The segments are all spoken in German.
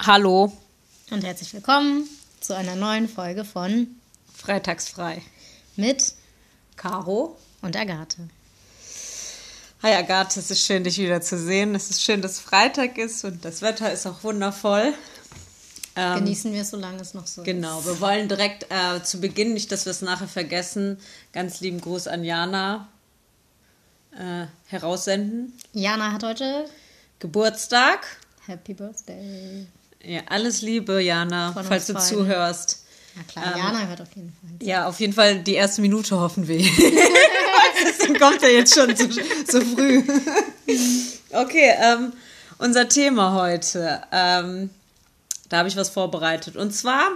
Hallo. Und herzlich willkommen zu einer neuen Folge von Freitagsfrei. Mit Caro und Agathe. Hi Agathe, es ist schön, dich wieder zu sehen. Es ist schön, dass Freitag ist und das Wetter ist auch wundervoll. Genießen wir es, solange es noch so ist. Genau, wir wollen direkt zu Beginn, nicht, dass wir es nachher vergessen, ganz lieben Gruß an Jana heraussenden. Jana hat heute Geburtstag. Happy Birthday. Ja, alles Liebe, Jana, Von falls du uns zuhörst. Na klar, Jana hört auf jeden Fall. Ja, auf jeden Fall die erste Minute hoffen wir. Dann kommt er jetzt schon so früh. Okay, unser Thema heute. Da habe ich was vorbereitet. Und zwar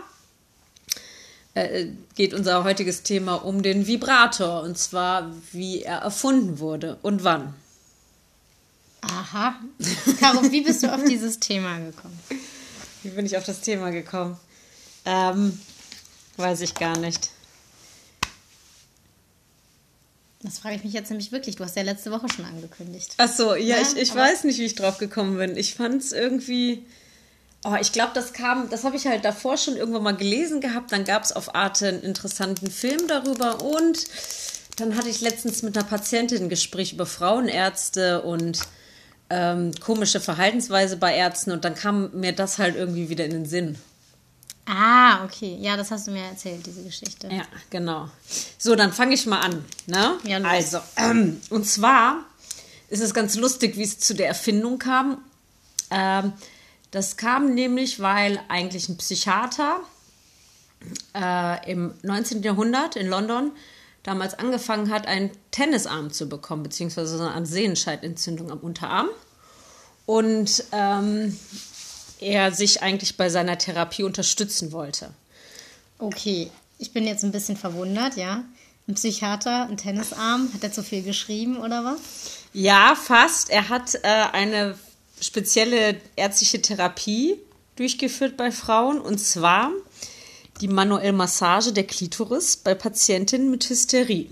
geht unser heutiges Thema um den Vibrator. Und zwar, wie er erfunden wurde und wann. Aha. Caro, wie bist du auf dieses Thema gekommen? Wie bin ich auf das Thema gekommen? Weiß ich gar nicht. Das frage ich mich jetzt nämlich wirklich. Du hast ja letzte Woche schon angekündigt. Ach so, ja, Ja, ich aber- weiß nicht, wie ich drauf gekommen bin. Ich fand es irgendwie... Oh, ich glaube, das habe ich halt davor schon irgendwann mal gelesen gehabt. Dann gab es auf Arte einen interessanten Film darüber. Und dann hatte ich letztens mit einer Patientin ein Gespräch über Frauenärzte und komische Verhaltensweise bei Ärzten. Und dann kam mir das halt irgendwie wieder in den Sinn. Ah, okay. Ja, das hast du mir erzählt, diese Geschichte. Ja, genau. So, dann fange ich mal an. Ne? Ja, los. Also, und zwar ist es ganz lustig, wie es zu der Erfindung kam. Das kam nämlich, weil eigentlich ein Psychiater im 19. Jahrhundert in London damals angefangen hat, einen Tennisarm zu bekommen, beziehungsweise so eine Sehenscheidenentzündung am Unterarm. Und er sich eigentlich bei seiner Therapie unterstützen wollte. Okay, ich bin jetzt ein bisschen verwundert, ja. Ein Psychiater, ein Tennisarm, hat er zu viel geschrieben oder was? Ja, fast. Er hat eine spezielle ärztliche Therapie durchgeführt bei Frauen, und zwar die manuelle Massage der Klitoris bei Patientinnen mit Hysterie.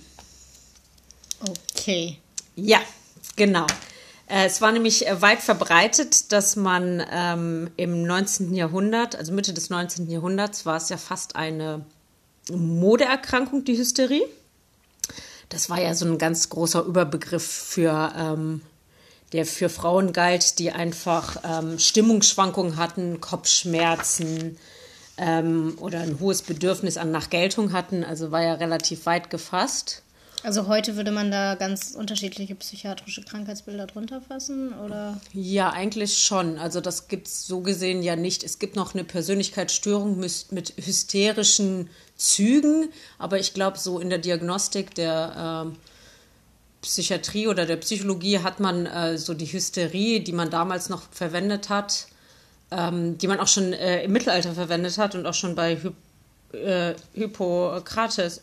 Okay. Ja, genau. Es war nämlich weit verbreitet, dass man im 19. Jahrhundert, also Mitte des 19. Jahrhunderts, war es ja fast eine Modeerkrankung, die Hysterie. Das war ja so ein ganz großer Überbegriff der für Frauen galt, die einfach Stimmungsschwankungen hatten, Kopfschmerzen oder ein hohes Bedürfnis nach Geltung hatten. Also war ja relativ weit gefasst. Also heute würde man da ganz unterschiedliche psychiatrische Krankheitsbilder drunter fassen, oder? Ja, eigentlich schon. Also das gibt es so gesehen ja nicht. Es gibt noch eine Persönlichkeitsstörung mit hysterischen Zügen, aber ich glaube, so in der Diagnostik der Psychiatrie oder der Psychologie hat man so die Hysterie, die man damals noch verwendet hat, die man auch schon im Mittelalter verwendet hat und auch schon bei Hippokrates.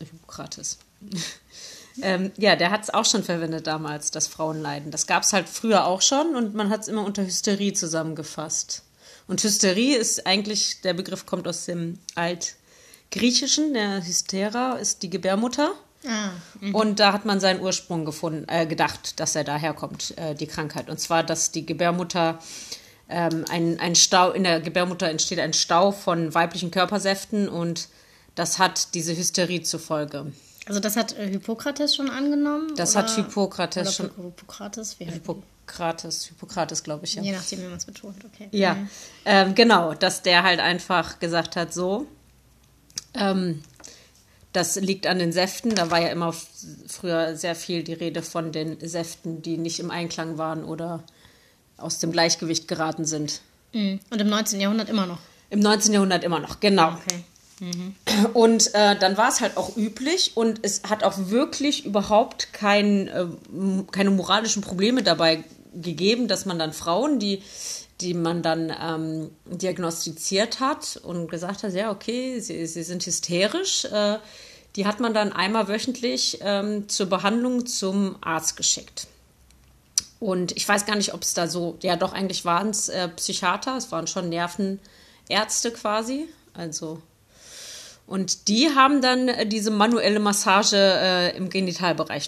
Ja, der hat es auch schon verwendet damals, das Frauenleiden. Das gab es halt früher auch schon und man hat es immer unter Hysterie zusammengefasst. Und Hysterie ist eigentlich, der Begriff kommt aus dem Altgriechischen, der Hystera ist die Gebärmutter. Und da hat man seinen Ursprung gedacht, dass er daher kommt, die Krankheit. Und zwar, dass die Gebärmutter, ein Stau, in der Gebärmutter entsteht ein Stau von weiblichen Körpersäften und das hat diese Hysterie zur Folge. Also das hat Hippokrates schon angenommen? Das oder? hat Hippokrates schon. Hippokrates, wie Hippokrates, glaube ich, ja. Je nachdem, wie man es betont, okay. Ja, genau, dass der halt einfach gesagt hat, so, das liegt an den Säften. Da war ja immer früher sehr viel die Rede von den Säften, die nicht im Einklang waren oder aus dem Gleichgewicht geraten sind. Und im 19. Jahrhundert immer noch? Im 19. Jahrhundert immer noch, genau. Okay. Und dann war es halt auch üblich und es hat auch wirklich überhaupt keine moralischen Probleme dabei gegeben, dass man dann Frauen, die man dann diagnostiziert hat und gesagt hat, ja, okay, sie sind hysterisch, die hat man dann einmal wöchentlich zur Behandlung zum Arzt geschickt. Und ich weiß gar nicht, ob es da so, ja doch, eigentlich waren es Psychiater, es waren schon Nervenärzte quasi, also. Und die haben dann diese manuelle Massage im Genitalbereich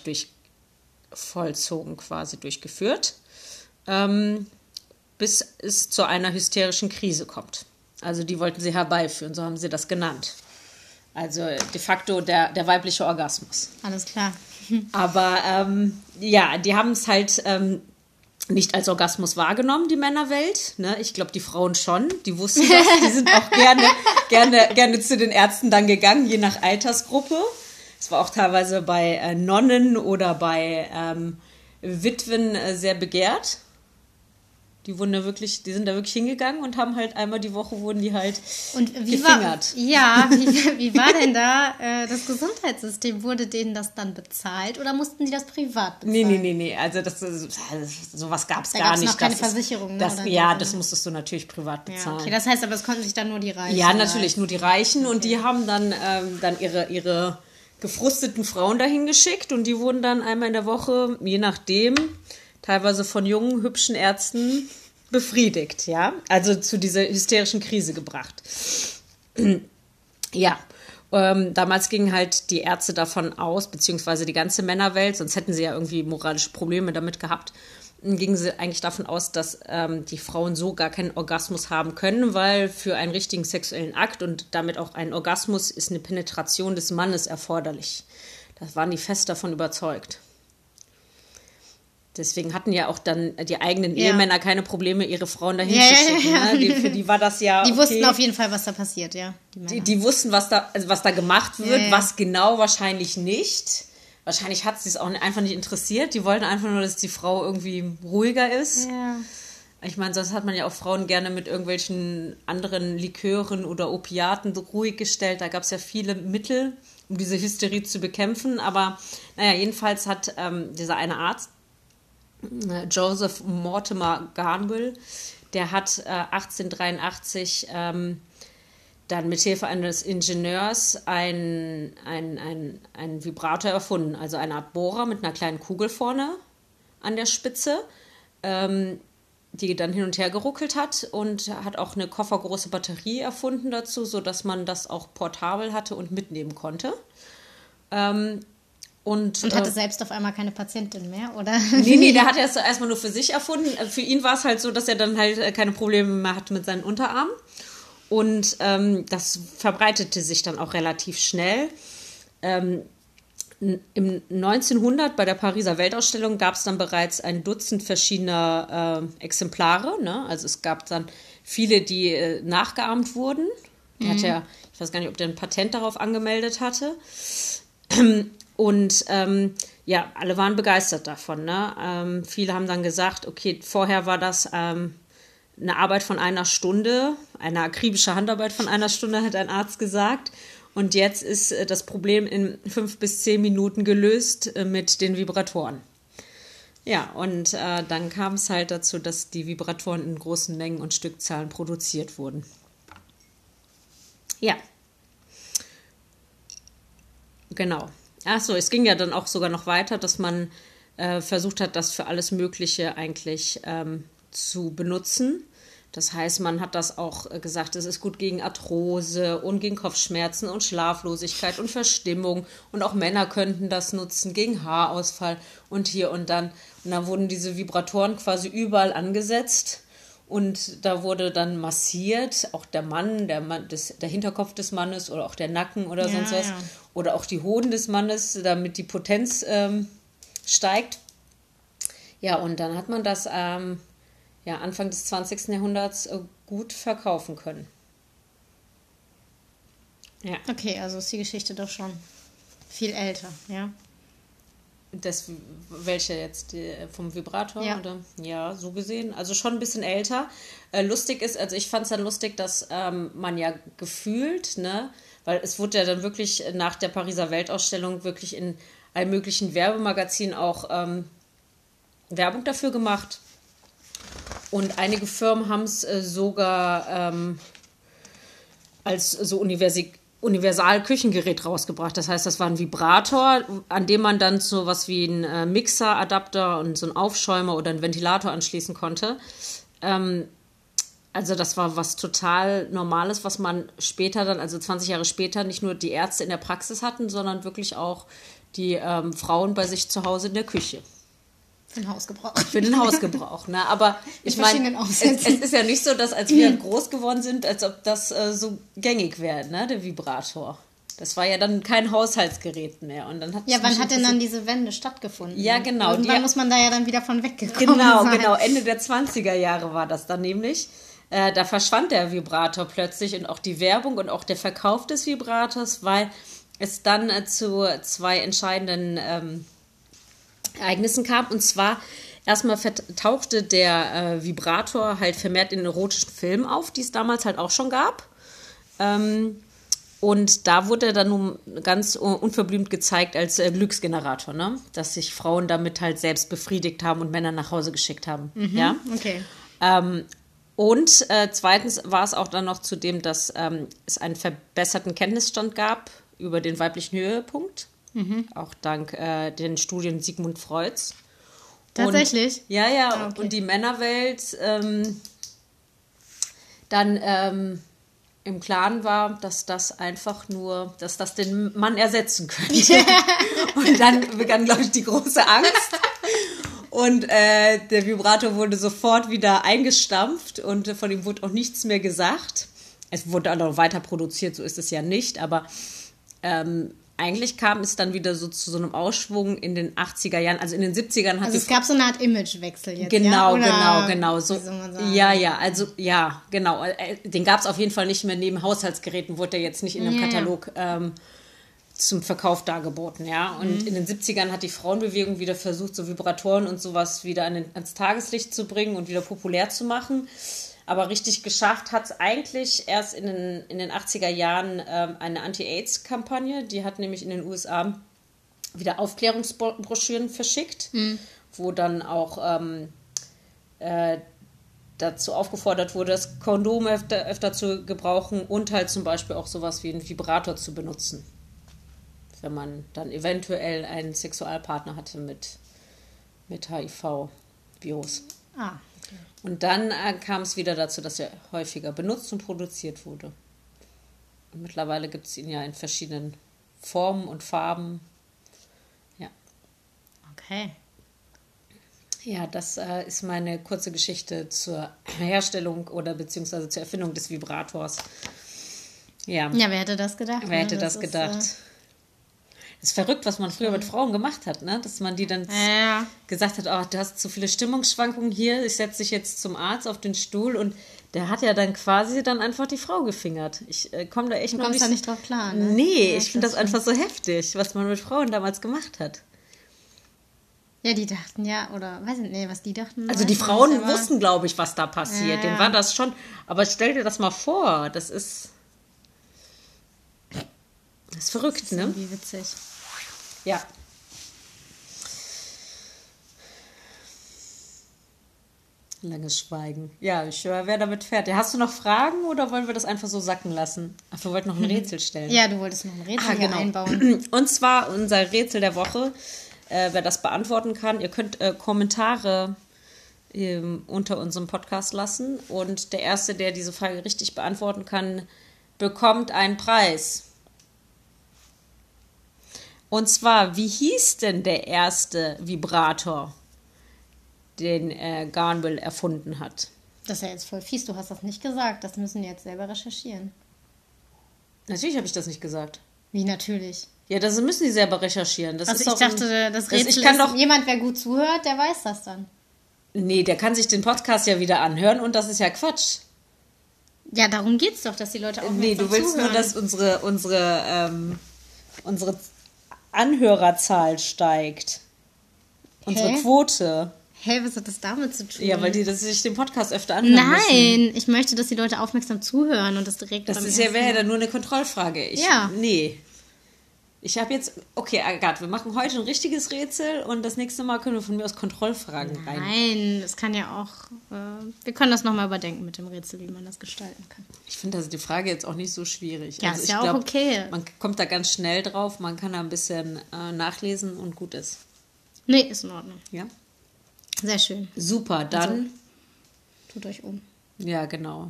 durchgeführt, bis es zu einer hysterischen Krise kommt. Also die wollten sie herbeiführen, so haben sie das genannt. Also de facto der weibliche Orgasmus. Alles klar. Aber ja, die haben es halt nicht als Orgasmus wahrgenommen, die Männerwelt. Ne? Ich glaube, die Frauen schon. Die wussten das. Die sind auch gerne zu den Ärzten dann gegangen, je nach Altersgruppe. Es war auch teilweise bei Nonnen oder bei Witwen sehr begehrt. Die sind da wirklich hingegangen und haben halt einmal die Woche wurden die halt gefingert. Wie war denn da das Gesundheitssystem? Wurde denen das dann bezahlt oder mussten die das privat bezahlen? Nee. Also sowas gab es Da gar gab's nicht. noch keine Versicherung, ne? Das musstest du natürlich privat bezahlen. Ja, okay, das heißt aber, es konnten sich dann nur die Reichen. Ja, natürlich, nur die Reichen. Okay. Und die haben dann ihre gefrusteten Frauen dahin geschickt und die wurden dann einmal in der Woche, je nachdem, teilweise von jungen, hübschen Ärzten befriedigt, ja, also zu dieser hysterischen Krise gebracht. Ja, damals gingen halt die Ärzte davon aus, beziehungsweise die ganze Männerwelt, sonst hätten sie ja irgendwie moralische Probleme damit gehabt, gingen sie eigentlich davon aus, dass die Frauen so gar keinen Orgasmus haben können, weil für einen richtigen sexuellen Akt und damit auch einen Orgasmus ist eine Penetration des Mannes erforderlich. Da waren die fest davon überzeugt. Deswegen hatten ja auch dann die eigenen Ehemänner keine Probleme, ihre Frauen dahin zu schicken. Ne? Für die war das ja. Die wussten auf jeden Fall, was da passiert, ja. Die wussten, was da gemacht wird, was genau wahrscheinlich nicht. Wahrscheinlich hat sie es auch einfach nicht interessiert. Die wollten einfach nur, dass die Frau irgendwie ruhiger ist. Ja. Ich meine, sonst hat man ja auch Frauen gerne mit irgendwelchen anderen Likören oder Opiaten ruhig gestellt. Da gab es ja viele Mittel, um diese Hysterie zu bekämpfen. Aber naja, jedenfalls hat dieser eine Arzt, Joseph Mortimer Garnwell, der hat 1883 dann mit Hilfe eines Ingenieurs einen Vibrator erfunden, also eine Art Bohrer mit einer kleinen Kugel vorne an der Spitze, die dann hin und her geruckelt hat, und hat auch eine koffergroße Batterie erfunden dazu, sodass man das auch portabel hatte und mitnehmen konnte. Und hatte selbst auf einmal keine Patientin mehr, oder? Nee, der hat es erstmal nur für sich erfunden. Für ihn war es halt so, dass er dann halt keine Probleme mehr hatte mit seinen Unterarmen. Und das verbreitete sich dann auch relativ schnell. Im 1900 bei der Pariser Weltausstellung gab es dann bereits ein Dutzend verschiedener Exemplare. Ne? Also es gab dann viele, die nachgeahmt wurden. Der hat ja, ich weiß gar nicht, ob der ein Patent darauf angemeldet hatte. Und ja, alle waren begeistert davon. Ne? Viele haben dann gesagt, okay, vorher war das eine Arbeit von einer Stunde, eine akribische Handarbeit von einer Stunde, hat ein Arzt gesagt. Und jetzt ist das Problem in 5 bis 10 Minuten gelöst mit den Vibratoren. Ja, und dann kam es halt dazu, dass die Vibratoren in großen Mengen und Stückzahlen produziert wurden. Ja. Genau. Achso, es ging ja dann auch sogar noch weiter, dass man versucht hat, das für alles Mögliche eigentlich zu benutzen. Das heißt, man hat das auch gesagt, es ist gut gegen Arthrose und gegen Kopfschmerzen und Schlaflosigkeit und Verstimmung. Und auch Männer könnten das nutzen gegen Haarausfall und hier und dann. Und dann wurden diese Vibratoren quasi überall angesetzt. Und da wurde dann massiert, auch der Hinterkopf des Mannes oder auch der Nacken oder sonst was. Ja. Oder auch die Hoden des Mannes, damit die Potenz steigt. Ja, und dann hat man das Anfang des 20. Jahrhunderts gut verkaufen können. Ja. Okay, also ist die Geschichte doch schon viel älter, ja. Welche jetzt? Vom Vibrator? Ja. Oder? Ja, so gesehen. Also schon ein bisschen älter. Lustig ist, also ich fand es dann lustig, dass man ja gefühlt, ne, weil es wurde ja dann wirklich nach der Pariser Weltausstellung wirklich in allen möglichen Werbemagazinen auch Werbung dafür gemacht. Und einige Firmen haben es sogar als so Universal-Küchengerät rausgebracht. Das heißt, das war ein Vibrator, an dem man dann so was wie einen Mixer, Adapter und so einen Aufschäumer oder einen Ventilator anschließen konnte. Also das war was total Normales, was man später dann, also 20 Jahre später, nicht nur die Ärzte in der Praxis hatten, sondern wirklich auch die Frauen bei sich zu Hause in der Küche. Den Hausgebrauch. Für den Hausgebrauch, ne? Aber ich meine, verschiedenen es Aufsätzen. ist ja nicht so, dass als wir groß geworden sind, als ob das so gängig wäre, ne? Der Vibrator. Das war ja dann kein Haushaltsgerät mehr. Und dann hat Ja, wann hat denn dann diese Wende stattgefunden? Ja, genau. Irgendwann muss man da ja dann wieder von weggekommen sein. Genau. Ende der 20er Jahre war das dann nämlich. Da verschwand der Vibrator plötzlich und auch die Werbung und auch der Verkauf des Vibrators, weil es dann zu zwei entscheidenden Ereignissen kam. Und zwar erstmal tauchte der Vibrator halt vermehrt in erotischen Filmen auf, die es damals halt auch schon gab. Und da wurde er dann nun ganz unverblümt gezeigt als Glücksgenerator, ne? Dass sich Frauen damit halt selbst befriedigt haben und Männer nach Hause geschickt haben. Ja? Okay. Und zweitens war es auch dann noch zudem, dass es einen verbesserten Kenntnisstand gab über den weiblichen Höhepunkt. Auch dank den Studien Sigmund Freuds. Tatsächlich? Und, ja. Ah, okay. Und die Männerwelt dann im Klaren war, dass das einfach nur, dass das den Mann ersetzen könnte. Und dann begann, glaube ich, die große Angst. Und der Vibrator wurde sofort wieder eingestampft und von ihm wurde auch nichts mehr gesagt. Es wurde auch noch weiter produziert, so ist es ja nicht, aber eigentlich kam es dann wieder so zu so einem Ausschwung in den 80er Jahren, also in den 70ern hat Also es gab so eine Art Imagewechsel jetzt, Genau, ja? genau. So, wie soll man sagen? Ja, genau. Den gab es auf jeden Fall nicht mehr neben Haushaltsgeräten, wurde der jetzt nicht in einem Katalog zum Verkauf dargeboten, ja. Und in den 70ern hat die Frauenbewegung wieder versucht, so Vibratoren und sowas wieder ans Tageslicht zu bringen und wieder populär zu machen. Aber richtig geschafft hat es eigentlich erst in den 80er Jahren eine Anti-AIDS-Kampagne. Die hat nämlich in den USA wieder Aufklärungsbroschüren verschickt, wo dann auch dazu aufgefordert wurde, das Kondom öfter zu gebrauchen und halt zum Beispiel auch sowas wie einen Vibrator zu benutzen, wenn man dann eventuell einen Sexualpartner hatte mit HIV-Virus. Ah, okay. Und dann kam es wieder dazu, dass er häufiger benutzt und produziert wurde. Und mittlerweile gibt es ihn ja in verschiedenen Formen und Farben. Ja. Okay. Ja, das ist meine kurze Geschichte zur Herstellung oder beziehungsweise zur Erfindung des Vibrators. Ja, Ja, wer hätte das gedacht? wer hätte ne? das gedacht? Das ist verrückt, was man früher mit Frauen gemacht hat, ne? Dass man die dann gesagt hat, oh, du hast zu viele Stimmungsschwankungen hier, ich setze dich jetzt zum Arzt auf den Stuhl und der hat ja dann quasi dann einfach die Frau gefingert. Ich komme da echt Du noch kommst da nicht drauf klar, ne? Nee, Ja, ich finde das einfach so heftig, was man mit Frauen damals gemacht hat. Ja, die dachten ja, oder weiß ich nicht, was die dachten. Also die weiß man Frauen nicht, aber- wussten, glaube ich, was da passiert. Ja. Denen war das schon. Aber stell dir das mal vor, das ist verrückt, Das ist ne? irgendwie witzig. Ja. Langes Schweigen. Ja, ich wäre damit fertig. Hast du noch Fragen oder wollen wir das einfach so sacken lassen? Ach, wir wollten noch ein Rätsel stellen. Ja, du wolltest noch ein Rätsel hier genau. einbauen. Und zwar unser Rätsel der Woche. Wer das beantworten kann, ihr könnt Kommentare unter unserem Podcast lassen. Und der Erste, der diese Frage richtig beantworten kann, bekommt einen Preis. Und zwar, wie hieß denn der erste Vibrator, den Garnwell erfunden hat? Das ist ja jetzt voll fies, du hast das nicht gesagt. Das müssen wir jetzt selber recherchieren. Natürlich habe ich das nicht gesagt. Wie natürlich? Ja, das müssen die selber recherchieren. Das Also ist ich doch dachte, das Rätsel ich kann ist, doch, jemand, wer gut zuhört, der weiß das dann. Nee, der kann sich den Podcast ja wieder anhören und das ist ja Quatsch. Ja, darum geht's doch, dass die Leute auch Nee, du willst nur, dass unsere Anhörerzahl steigt. Unsere Hä? Quote. Hey, was hat das damit zu tun? Ja, weil die sich den Podcast öfter anhören müssen. Nein, ich möchte, dass die Leute aufmerksam zuhören und das direkt Das beim ist ja, wäre ja ersten dann nur eine Kontrollfrage. Ja. Nee. Ich habe jetzt, okay, Agathe, wir machen heute ein richtiges Rätsel und das nächste Mal können wir von mir aus Kontrollfragen rein. Nein, das kann ja auch, wir können das nochmal überdenken mit dem Rätsel, wie man das gestalten kann. Ich finde also die Frage jetzt auch nicht so schwierig. Ja, also ist ich ja auch glaub, okay. Man kommt da ganz schnell drauf, man kann da ein bisschen nachlesen und gut ist. Nee, ist in Ordnung. Ja? Sehr schön. Super, dann. Tut euch um. Ja, genau.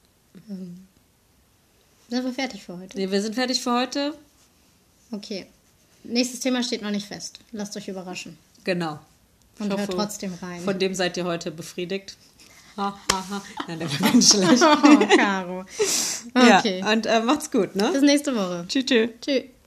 Sind wir fertig für heute? Nee, wir sind fertig für heute. Okay. Nächstes Thema steht noch nicht fest. Lasst euch überraschen. Genau. Und hört trotzdem rein. Von dem seid ihr heute befriedigt. Ha, ha, ha. Nein, der war ganz schlecht. Oh, Caro. Okay. Ja, und macht's gut, ne? Bis nächste Woche. Tschüss. Tschüss.